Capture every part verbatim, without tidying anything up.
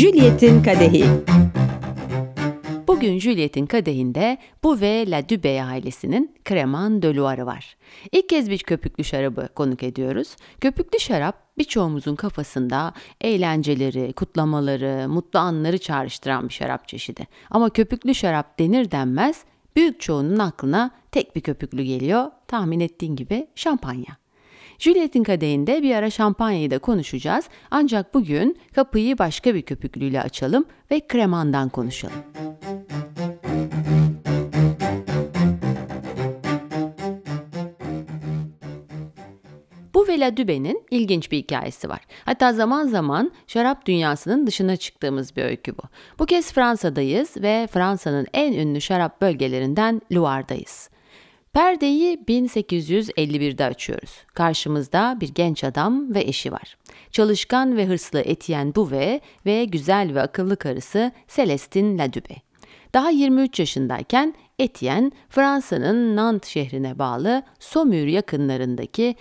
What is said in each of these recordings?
Juliet'in Kadehi. Bugün Juliet'in kadehinde Bouvet La Dubé ailesinin Crémant de Loire'ı var. İlk kez bir köpüklü şarabı konuk ediyoruz. Köpüklü şarap birçoğumuzun kafasında eğlenceleri, kutlamaları, mutlu anları çağrıştıran bir şarap çeşidi. Ama köpüklü şarap denir denmez büyük çoğunun aklına tek bir köpüklü geliyor. Tahmin ettiğin gibi şampanya. Juliet'in kadehinde bir ara şampanyayı da konuşacağız. Ancak bugün kapıyı başka bir köpüklüyle açalım ve Crémant'dan konuşalım. Bouvet La Dubé'nin ilginç bir hikayesi var. Hatta zaman zaman şarap dünyasının dışına çıktığımız bir öykü bu. Bu kez Fransa'dayız ve Fransa'nın en ünlü şarap bölgelerinden Loire'dayız. Perdeyi bin sekiz yüz elli birde açıyoruz. Karşımızda bir genç adam ve eşi var. Çalışkan ve hırslı Etienne Bouvet ve güzel ve akıllı karısı Célestine La Dubé. Daha yirmi üç yaşındayken Etienne, Fransa'nın Nantes şehrine bağlı Saumur yakınlarındaki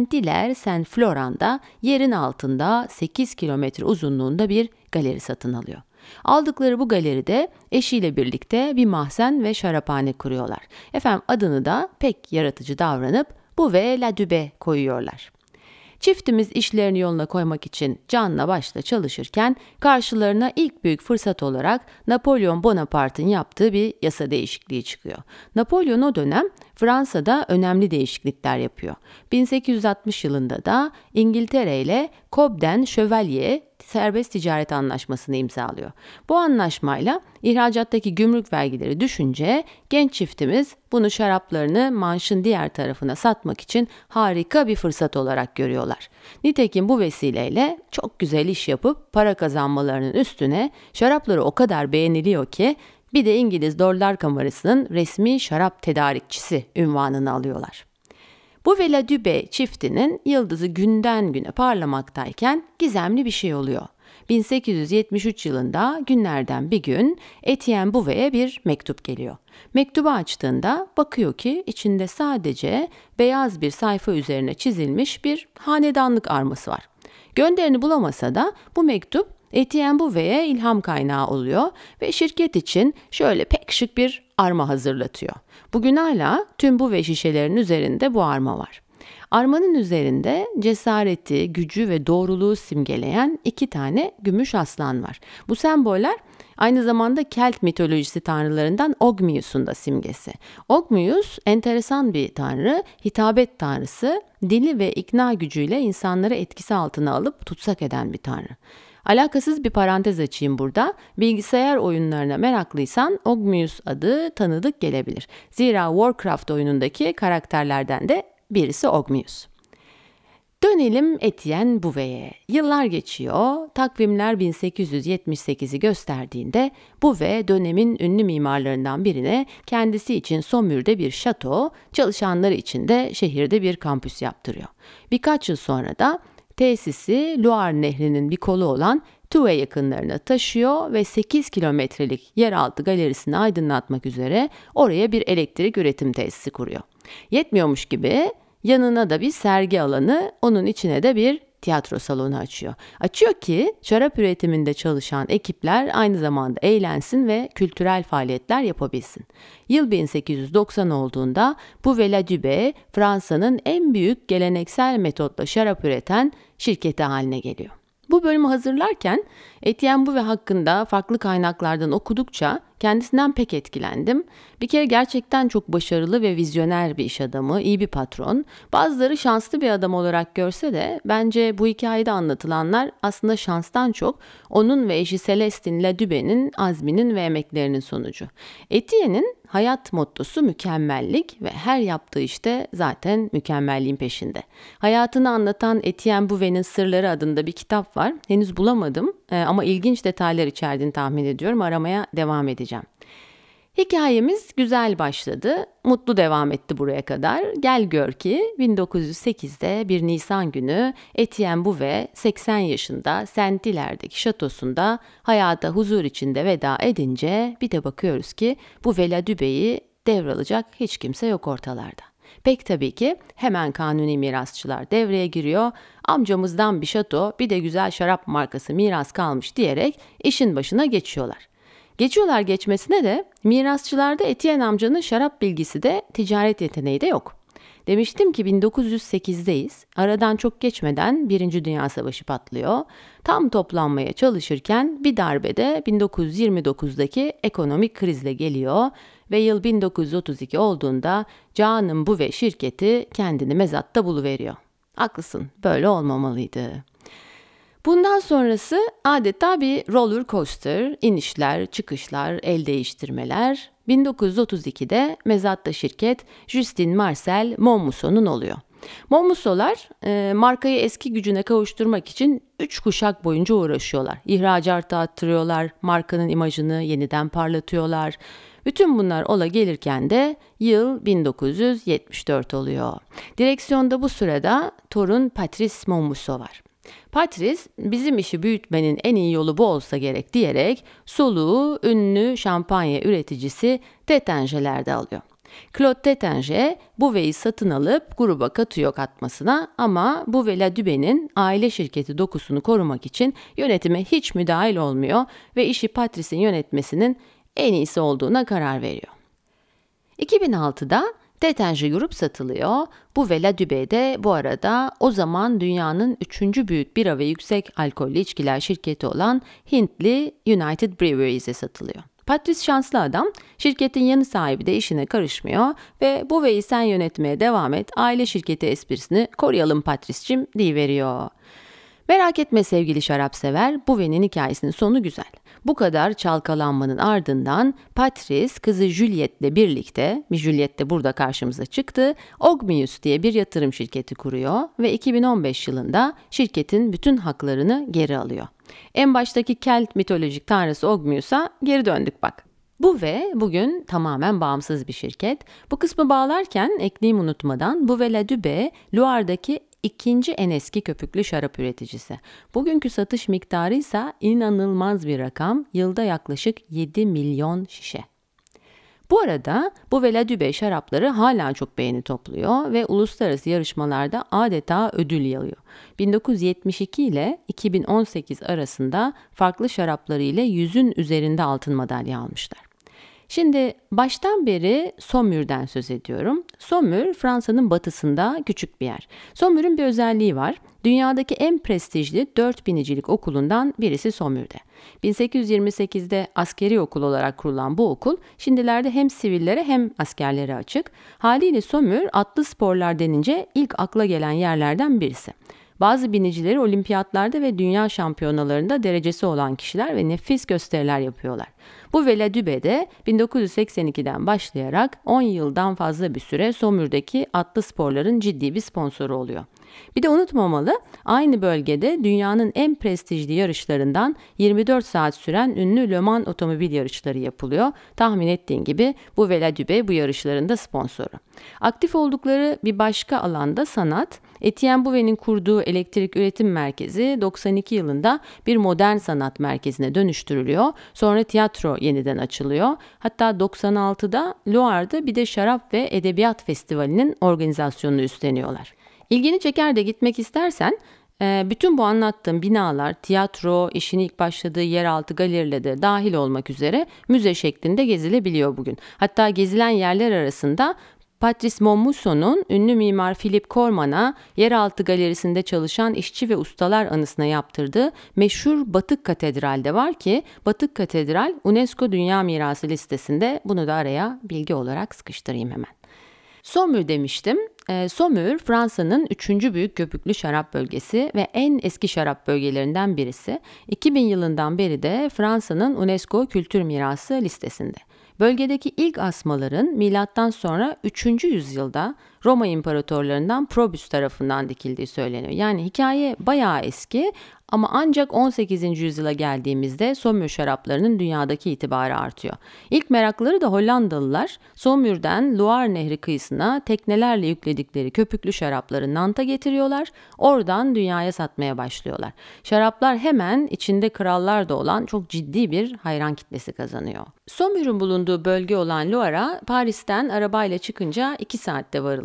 Saint-Hilaire-Saint-Floren'da yerin altında sekiz kilometre uzunluğunda bir galeri satın alıyor. Aldıkları bu galeride eşiyle birlikte bir mahzen ve şaraphane kuruyorlar. Efendim adını da pek yaratıcı davranıp Bouvet La Dubé koyuyorlar. Çiftimiz işlerini yoluna koymak için canla başla çalışırken karşılarına ilk büyük fırsat olarak Napolyon Bonaparte'ın yaptığı bir yasa değişikliği çıkıyor. Napolyon o dönem Fransa'da önemli değişiklikler yapıyor. bin sekiz yüz altmış yılında da İngiltere ile Cobden Chevalier serbest ticaret anlaşmasını imzalıyor. Bu anlaşmayla ihracattaki gümrük vergileri düşünce genç çiftimiz bunu şaraplarını Manş'ın diğer tarafına satmak için harika bir fırsat olarak görüyorlar. Nitekim bu vesileyle çok güzel iş yapıp para kazanmalarının üstüne şarapları o kadar beğeniliyor ki bir de İngiliz Dorlar Kamerası'nın resmi şarap tedarikçisi unvanını alıyorlar. Bouvet La Dubé çiftinin yıldızı günden güne parlamaktayken gizemli bir şey oluyor. bin sekiz yüz yetmiş üç yılında günlerden bir gün Etienne Bouvet'e bir mektup geliyor. Mektubu açtığında bakıyor ki içinde sadece beyaz bir sayfa üzerine çizilmiş bir hanedanlık arması var. Gönderini bulamasa da bu mektup Etienne Bouvet'e ilham kaynağı oluyor ve şirket için şöyle pek şık bir arma hazırlatıyor. Bugün hala tüm Bouvet şişelerinin üzerinde bu arma var. Armanın üzerinde cesareti, gücü ve doğruluğu simgeleyen iki tane gümüş aslan var. Bu semboller aynı zamanda Kelt mitolojisi tanrılarından Ogmius'un da simgesi. Ogmius enteresan bir tanrı, hitabet tanrısı, dili ve ikna gücüyle insanları etkisi altına alıp tutsak eden bir tanrı. Alakasız bir parantez açayım burada. Bilgisayar oyunlarına meraklıysan Ogmius adı tanıdık gelebilir. Zira Warcraft oyunundaki karakterlerden de birisi Ogmius. Dönelim Etienne Bouvet'e. Yıllar geçiyor. Takvimler bin sekiz yüz yetmiş sekizi gösterdiğinde Bouvet dönemin ünlü mimarlarından birine kendisi için Saumur'da bir şato, çalışanları için de şehirde bir kampüs yaptırıyor. Birkaç yıl sonra da tesisi Loire Nehri'nin bir kolu olan Toues yakınlarına taşıyor ve sekiz kilometrelik yeraltı galerisini aydınlatmak üzere oraya bir elektrik üretim tesisi kuruyor. Yetmiyormuş gibi yanına da bir sergi alanı, onun içine de bir tiyatro salonu açıyor. Açıyor ki şarap üretiminde çalışan ekipler aynı zamanda eğlensin ve kültürel faaliyetler yapabilsin. Yıl bin sekiz yüz doksan olduğunda Bouvet La Dubé Fransa'nın en büyük geleneksel metotla şarap üreten şirketi haline geliyor. Bu bölümü hazırlarken Etienne Bouvet hakkında farklı kaynaklardan okudukça kendisinden pek etkilendim. Bir kere gerçekten çok başarılı ve vizyoner bir iş adamı, iyi bir patron. Bazıları şanslı bir adam olarak görse de bence bu hikayede anlatılanlar aslında şanstan çok onun ve eşi Célestine La Dubé'nin azminin ve emeklerinin sonucu. Etienne'in hayat mottosu mükemmellik ve her yaptığı işte zaten mükemmelliğin peşinde. Hayatını anlatan Etienne Bouvet'in Sırları adında bir kitap var. Henüz bulamadım ama ilginç detaylar içerdiğini tahmin ediyorum. Aramaya devam edeceğim. Hikayemiz güzel başladı, mutlu devam etti buraya kadar. Gel gör ki bin dokuz yüz sekizde bir Nisan günü Etienne Bouvet seksen yaşında Saint-Hilaire'deki şatosunda hayata huzur içinde veda edince bir de bakıyoruz ki Bouvet La Dubé'yi devralacak hiç kimse yok ortalarda. Pek tabii ki hemen kanuni mirasçılar devreye giriyor. Amcamızdan bir şato, bir de güzel şarap markası miras kalmış diyerek işin başına geçiyorlar. Geçiyorlar geçmesine de mirasçılarda Etienne amcanın şarap bilgisi de ticaret yeteneği de yok. Demiştim ki bin dokuz yüz sekizdeyiz. Aradan çok geçmeden Birinci Dünya Savaşı patlıyor. Tam toplanmaya çalışırken bir darbede bin dokuz yüz yirmi dokuzdaki ekonomik krizle geliyor ve yıl bin dokuz yüz otuz iki olduğunda Canım Bouvet şirketi kendini mezatta buluveriyor. Haklısın, böyle olmamalıydı. Bundan sonrası adeta bir roller coaster, inişler, çıkışlar, el değiştirmeler. bin dokuz yüz otuz ikide mezatta şirket Justin Marcel Monmuson'un oluyor. Monmusonlar e, markayı eski gücüne kavuşturmak için üç kuşak boyunca uğraşıyorlar. İhracatı arttırıyorlar, markanın imajını yeniden parlatıyorlar. Bütün bunlar ola gelirken de yıl bin dokuz yüz yetmiş dört oluyor. Direksiyonda bu sırada torun Patrice Monmuson var. Patrice, bizim işi büyütmenin en iyi yolu bu olsa gerek diyerek soluğu ünlü şampanya üreticisi Taittinger'lerde alıyor. Claude Taittinger, Bouvet'i satın alıp gruba katıyor katmasına ama Bouvet-Ladube'nin aile şirketi dokusunu korumak için yönetime hiç müdahil olmuyor ve işi Patrice'in yönetmesinin en iyisi olduğuna karar veriyor. iki bin altıda Taittinger Grup satılıyor. Bouvet-Ladube de bu arada o zaman dünyanın üçüncü büyük bira ve yüksek alkollü içkiler şirketi olan Hintli United Breweries'e satılıyor. Patrice şanslı adam, şirketin yeni sahibi de işine karışmıyor ve Bouvet'i sen yönetmeye devam et, aile şirketi esprisini koruyalım Patrice'cim deyiveriyor. Merak etme sevgili şarapsever, Bouvet'in hikayesinin sonu güzel. Bu kadar çalkalanmanın ardından Patrice kızı Juliette'le birlikte, bir Juliette de burada karşımıza çıktı, Ogmius diye bir yatırım şirketi kuruyor ve iki bin on beş yılında şirketin bütün haklarını geri alıyor. En baştaki Kelt mitolojik tanrısı Ogmius'a geri döndük bak. Bouvet bugün tamamen bağımsız bir şirket. Bu kısmı bağlarken ekleyeyim unutmadan Bouvet-Ladube, Loire'daki ikinci en eski köpüklü şarap üreticisi. Bugünkü satış miktarı ise inanılmaz bir rakam, yılda yaklaşık yedi milyon şişe. Bu arada Bouvet-Ladube şarapları hala çok beğeni topluyor ve uluslararası yarışmalarda adeta ödül yağıyor. bin dokuz yüz yetmiş iki ile iki bin on sekiz arasında farklı şarapları ile yüzün üzerinde altın madalya almışlar. Şimdi baştan beri Saumur'den söz ediyorum. Saumur, Fransa'nın batısında küçük bir yer. Saumur'un bir özelliği var. Dünyadaki en prestijli dört binicilik okulundan birisi Saumur'de. bin sekiz yüz yirmi sekizde askeri okul olarak kurulan bu okul, şimdilerde hem sivillere hem askerlere açık. Haliyle Saumur, atlı sporlar denince ilk akla gelen yerlerden birisi. Bazı binicileri olimpiyatlarda ve dünya şampiyonalarında derecesi olan kişiler ve nefis gösteriler yapıyorlar. Bouvet-Ladube de bin dokuz yüz seksen ikiden başlayarak on yıldan fazla bir süre Saumur'daki atlı sporların ciddi bir sponsoru oluyor. Bir de unutmamalı, aynı bölgede dünyanın en prestijli yarışlarından yirmi dört saat süren ünlü Le Mans otomobil yarışları yapılıyor. Tahmin ettiğin gibi Bouvet-Ladube bu yarışların da sponsoru. Aktif oldukları bir başka alanda sanat. Etienne Bouvet'in kurduğu elektrik üretim merkezi doksan iki yılında bir modern sanat merkezine dönüştürülüyor. Sonra tiyatro yeniden açılıyor. Hatta doksan altıda Loire'da bir de şarap ve edebiyat festivalinin organizasyonunu üstleniyorlar. İlgini çeker de gitmek istersen bütün bu anlattığım binalar, tiyatro, işin ilk başladığı yeraltı galeriyle de dahil olmak üzere müze şeklinde gezilebiliyor bugün. Hatta gezilen yerler arasında Patrice Monmuson'un ünlü mimar Philippe Corman'a yeraltı galerisinde çalışan işçi ve ustalar anısına yaptırdığı meşhur Batık Katedral de var ki Batık Katedral UNESCO Dünya Mirası listesinde, bunu da araya bilgi olarak sıkıştırayım hemen. Saumur demiştim. E, Saumur, Fransa'nın üçüncü büyük köpüklü şarap bölgesi ve en eski şarap bölgelerinden birisi. iki bin yılından beri de Fransa'nın UNESCO Kültür Mirası listesinde. Bölgedeki ilk asmaların milattan sonra üçüncü yüzyılda Roma imparatorlarından Probus tarafından dikildiği söyleniyor. Yani hikaye bayağı eski ama ancak on sekizinci yüzyıla geldiğimizde Saumur şaraplarının dünyadaki itibarı artıyor. İlk merakları da Hollandalılar Saumur'dan Loire Nehri kıyısına teknelerle yükledikleri köpüklü şarapları Nant'a getiriyorlar. Oradan dünyaya satmaya başlıyorlar. Şaraplar hemen içinde krallar da olan çok ciddi bir hayran kitlesi kazanıyor. Saumur'un bulunduğu bölge olan Loire'a Paris'ten arabayla çıkınca iki saatte varılıyor.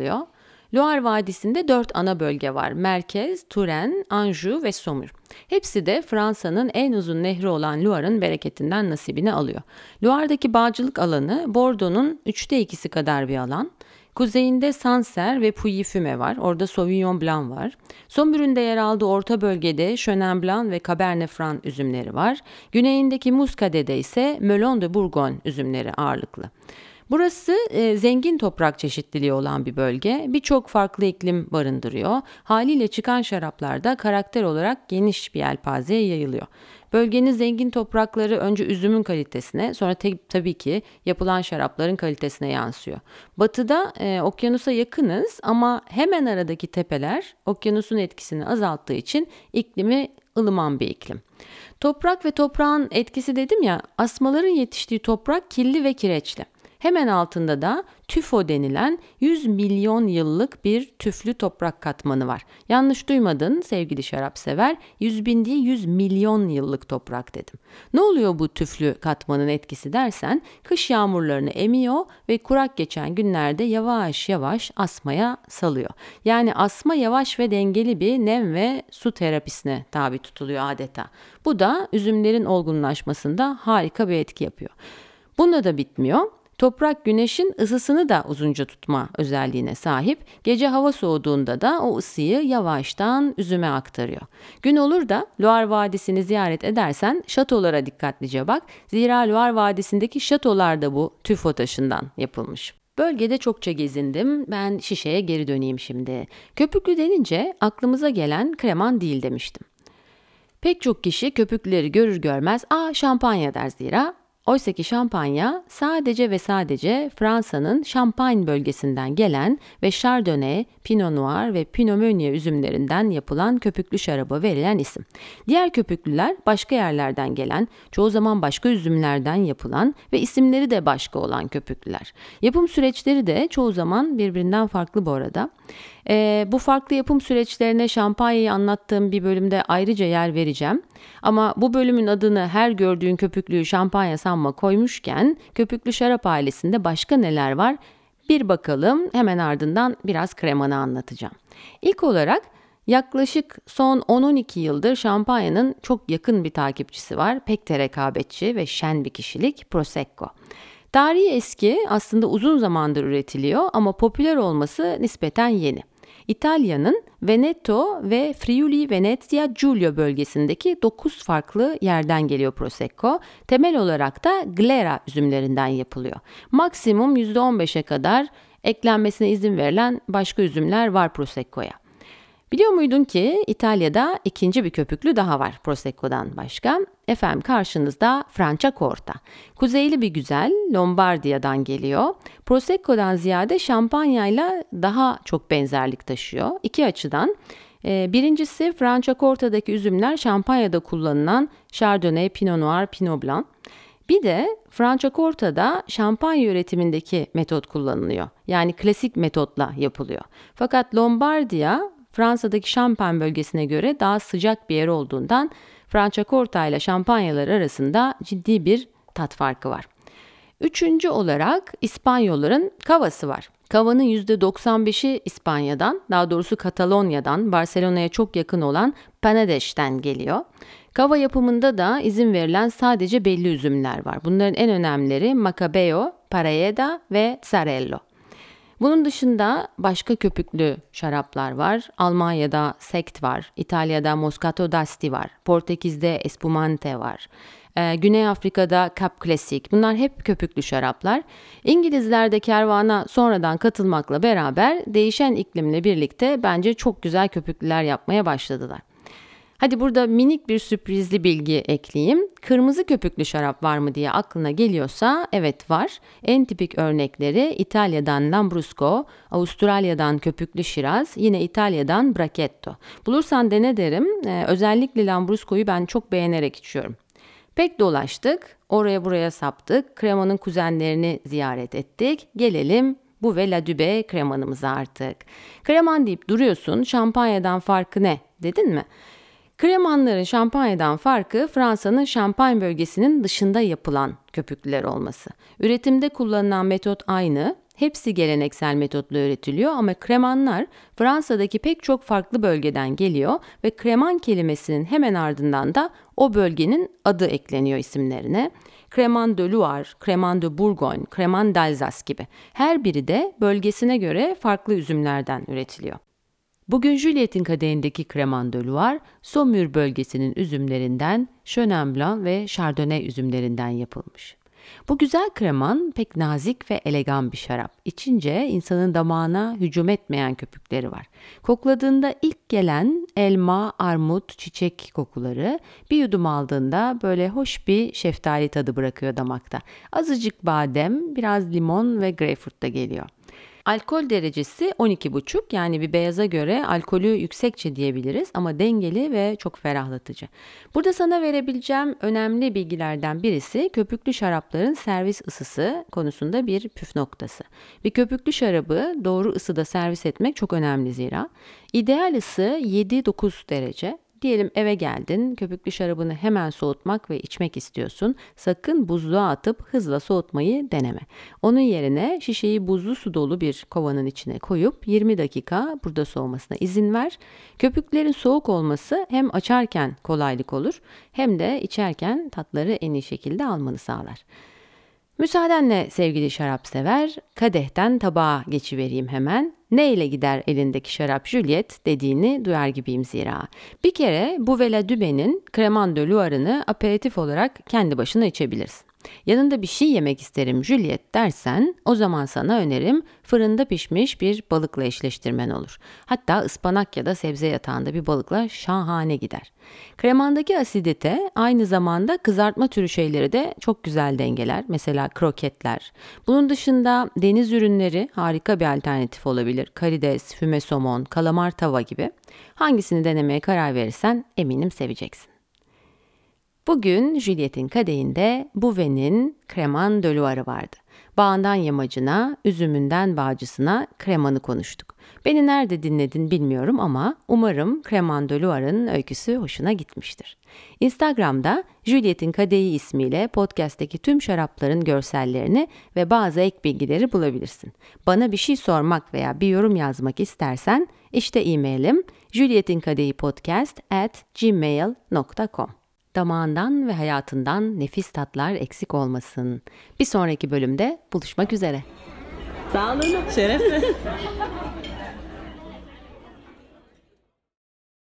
yapılıyor. Loire Vadisi'nde dört ana bölge var. Merkez, Touraine, Anjou ve Saumur. Hepsi de Fransa'nın en uzun nehri olan Loire'ın bereketinden nasibini alıyor. Loire'daki bağcılık alanı Bordeaux'un üçte ikisi kadar bir alan. Kuzeyinde Sancerre ve Pouilly-Fumé var. Orada Sauvignon Blanc var. Saumur'un da yer aldığı orta bölgede Chenin Blanc ve Cabernet Franc üzümleri var. Güneyindeki Muscadet'de ise Melon de Bourgogne üzümleri ağırlıklı. Burası e, zengin toprak çeşitliliği olan bir bölge. Birçok farklı iklim barındırıyor. Haliyle çıkan şaraplar da karakter olarak geniş bir yelpazeye yayılıyor. Bölgenin zengin toprakları önce üzümün kalitesine, sonra te- tabii ki yapılan şarapların kalitesine yansıyor. Batıda e, okyanusa yakınız ama hemen aradaki tepeler okyanusun etkisini azalttığı için iklimi ılıman bir iklim. Toprak ve toprağın etkisi dedim ya, asmaların yetiştiği toprak kirli ve kireçli. Hemen altında da tüfo denilen yüz milyon yıllık bir tüflü toprak katmanı var. Yanlış duymadın sevgili şarapsever, yüz bin değil yüz milyon yıllık toprak dedim. Ne oluyor bu tüflü katmanın etkisi dersen, kış yağmurlarını emiyor ve kurak geçen günlerde yavaş yavaş asmaya salıyor. Yani asma yavaş ve dengeli bir nem ve su terapisine tabi tutuluyor adeta. Bu da üzümlerin olgunlaşmasında harika bir etki yapıyor. Bununla da bitmiyor. Toprak güneşin ısısını da uzunca tutma özelliğine sahip. Gece hava soğuduğunda da o ısıyı yavaştan üzüme aktarıyor. Gün olur da Loire Vadisi'ni ziyaret edersen şatolara dikkatlice bak. Zira Loire Vadisi'ndeki şatolar da bu tüfo taşından yapılmış. Bölgede çokça gezindim. Ben şişeye geri döneyim şimdi. Köpüklü denince aklımıza gelen kreman değil demiştim. Pek çok kişi köpükleri görür görmez "Aa, şampanya" der zira. Oysa ki şampanya sadece ve sadece Fransa'nın Şampanya bölgesinden gelen ve Chardonnay, Pinot Noir ve Pinot Meunier üzümlerinden yapılan köpüklü şaraba verilen isim. Diğer köpüklüler başka yerlerden gelen, çoğu zaman başka üzümlerden yapılan ve isimleri de başka olan köpüklüler. Yapım süreçleri de çoğu zaman birbirinden farklı bu arada. Ee, bu farklı yapım süreçlerine şampanyayı anlattığım bir bölümde ayrıca yer vereceğim. Ama bu bölümün adını her gördüğün köpüklüyü şampanya sanma koymuşken köpüklü şarap ailesinde başka neler var? Bir bakalım, hemen ardından biraz kremanı anlatacağım. İlk olarak yaklaşık son on on iki yıldır şampanyanın çok yakın bir takipçisi var. Pek de rekabetçi ve şen bir kişilik, Prosecco. Tarihi eski, aslında uzun zamandır üretiliyor ama popüler olması nispeten yeni. İtalya'nın Veneto ve Friuli Venezia Giulio bölgesindeki dokuz farklı yerden geliyor Prosecco. Temel olarak da Glera üzümlerinden yapılıyor. Maksimum yüzde on beşe kadar eklenmesine izin verilen başka üzümler var Prosecco'ya. Biliyor muydun ki İtalya'da ikinci bir köpüklü daha var Prosecco'dan başka? Efendim, karşınızda Franciacorta. Kuzeyli bir güzel, Lombardiya'dan geliyor. Prosecco'dan ziyade şampanyayla daha çok benzerlik taşıyor. İki açıdan. Birincisi, Franciacorta'daki üzümler şampanyada kullanılan Chardonnay, Pinot Noir, Pinot Blanc. Bir de Franciacorta'da şampanya üretimindeki metot kullanılıyor. Yani klasik metotla yapılıyor. Fakat Lombardiya, Fransa'daki Şampan bölgesine göre daha sıcak bir yer olduğundan Franciacorta ile şampanyalar arasında ciddi bir tat farkı var. Üçüncü olarak İspanyolların kavası var. Kavanın yüzde doksan beşi İspanya'dan, daha doğrusu Katalonya'dan, Barcelona'ya çok yakın olan Penedes'ten geliyor. Kava yapımında da izin verilen sadece belli üzümler var. Bunların en önemlileri Macabeo, Parellada ve Xarel·lo. Bunun dışında başka köpüklü şaraplar var. Almanya'da Sekt var, İtalya'da Moscato d'Asti var, Portekiz'de Espumante var. Ee, Güney Afrika'da Cap Classic. Bunlar hep köpüklü şaraplar. İngilizler de kervana sonradan katılmakla beraber değişen iklimle birlikte bence çok güzel köpüklüler yapmaya başladılar. Hadi burada minik bir sürprizli bilgi ekleyeyim. Kırmızı köpüklü şarap var mı diye aklına geliyorsa evet var. En tipik örnekleri İtalya'dan Lambrusco, Avustralya'dan köpüklü Shiraz, yine İtalya'dan Brachetto. Bulursan dene derim. Ee, özellikle Lambrusco'yu ben çok beğenerek içiyorum. Pek dolaştık, oraya buraya saptık, kremanın kuzenlerini ziyaret ettik. Gelelim bu ve La Dubé kremanımıza artık. Kreman deyip duruyorsun, şampanyadan farkı ne dedin mi? Kremanların şampanyadan farkı Fransa'nın Şampanya bölgesinin dışında yapılan köpüklüler olması. Üretimde kullanılan metot aynı. hepsi geleneksel metotla üretiliyor ama kremanlar Fransa'daki pek çok farklı bölgeden geliyor ve kreman kelimesinin hemen ardından da o bölgenin adı ekleniyor isimlerine. Crémant de Loire, Crémant de Bourgogne, Crémant d'Alsace gibi. Her biri de bölgesine göre farklı üzümlerden üretiliyor. Bugün Juliet'in kadehindeki Crémant de Loire, Saumur bölgesinin üzümlerinden Chenin Blanc ve Chardonnay üzümlerinden yapılmış. Bu güzel kreman pek nazik ve elegan bir şarap. İçince insanın damağına hücum etmeyen köpükleri var. Kokladığında ilk gelen elma, armut, çiçek kokuları, bir yudum aldığında böyle hoş bir şeftali tadı bırakıyor damakta. Azıcık badem, biraz limon ve greyfurt da geliyor. Alkol derecesi on iki buçuk, yani bir beyaza göre alkolü yüksekçe diyebiliriz ama dengeli ve çok ferahlatıcı. Burada sana verebileceğim önemli bilgilerden birisi köpüklü şarapların servis ısısı konusunda bir püf noktası. Bir köpüklü şarabı doğru ısıda servis etmek çok önemli zira. İdeal ısı yedi dokuz derece. Diyelim eve geldin, köpüklü şarabını hemen soğutmak ve içmek istiyorsun. Sakın buzluğa atıp hızla soğutmayı deneme. Onun yerine şişeyi buzlu su dolu bir kovanın içine koyup yirmi dakika burada soğumasına izin ver. Köpüklerin soğuk olması hem açarken kolaylık olur hem de içerken tatları en iyi şekilde almanı sağlar. Müsaadenle sevgili şarap sever, kadehten tabağa geçivereyim hemen. Ne ile gider elindeki şarap Juliet dediğini duyar gibiyim zira. Bir kere Bouvet La Dubé'nin Crémant de Loire'ını aperatif olarak kendi başına içebilirsin. Yanında bir şey yemek isterim Juliet dersen, o zaman sana önerim fırında pişmiş bir balıkla eşleştirmen olur. Hatta ıspanak ya da sebze yatağında bir balıkla şahane gider. Kremandaki asidite aynı zamanda kızartma türü şeyleri de çok güzel dengeler. Mesela kroketler. Bunun dışında deniz ürünleri harika bir alternatif olabilir. Karides, füme somon, kalamar tava gibi. Hangisini denemeye karar verirsen eminim seveceksin. Bugün Juliet'in kadehinde Bouvet'in Crémant de Loire'ı vardı. Bağından yamacına, üzümünden bağcısına kremanı konuştuk. Beni nerede dinledin bilmiyorum ama umarım Crémant de Loire'ın öyküsü hoşuna gitmiştir. Instagram'da Juliet'in Kadehi ismiyle podcast'teki tüm şarapların görsellerini ve bazı ek bilgileri bulabilirsin. Bana bir şey sormak veya bir yorum yazmak istersen işte e-mailim julietinkadehipodcast at gmail dot com. Damağından ve hayatından nefis tatlar eksik olmasın. Bir sonraki bölümde buluşmak üzere. Sağ olun, şerefle.